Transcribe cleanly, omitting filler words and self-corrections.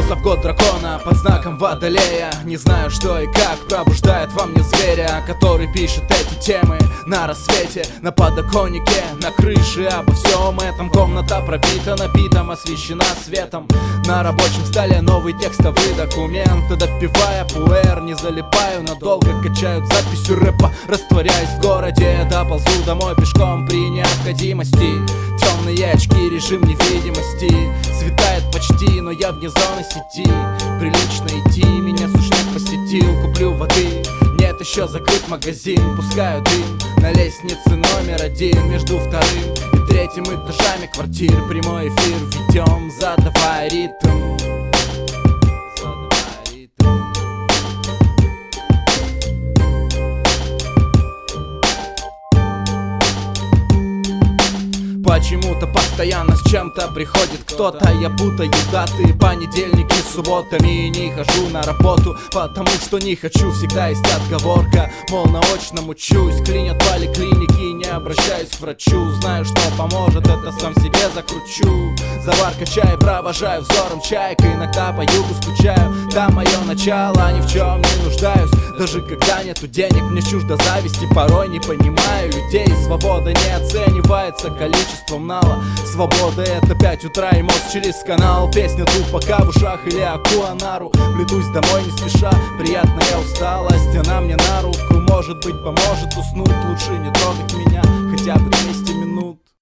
Проснулся в год дракона под знаком Водолея. Не знаю, что и как пробуждает во мне зверя, который пишет эти темы на рассвете, на подоконнике, на крыше. Обо всем этом комната пропита напитом, освещена светом. На рабочем столе новый текстовый документ. Допивая пуэр, не залипаю надолго, качают записью рэпа, растворяюсь в городе. Доползу домой пешком при необходимости. Темные очки, режим невидимости. Светает почти, но я вне зоны сети. Прилично идти, меня сушняк посетил. Куплю воды, нет, еще закрыт магазин. Пускаю дым на лестнице номер 1 между вторым и третьим этажами квартир. Прямой эфир ведем, задавая ритм. Почему-то постоянно с чем-то приходит кто-то. Я путаю даты, понедельники с субботами. И не хожу на работу, потому что не хочу. Всегда есть отговорка, мол, на очном учусь. Клинят поликлиники, не обращаюсь к врачу. Знаю, что поможет, это сам себе закручу. Заварка чая провожаю взором чайка. Иногда по югу скучаю, там мое начало. Ни в чем не нуждаюсь, даже когда нету денег. Мне чуждо зависти, порой не понимаю людей. Свобода не оценивается количеством нала. Свобода — это 5 утра и мост через канал. Песня пока в ушах или Акуанару. Плетусь домой не спеша, приятная усталость. Она мне на руку, может быть, поможет уснуть. Лучше не трогать меня хотя бы 200 минут.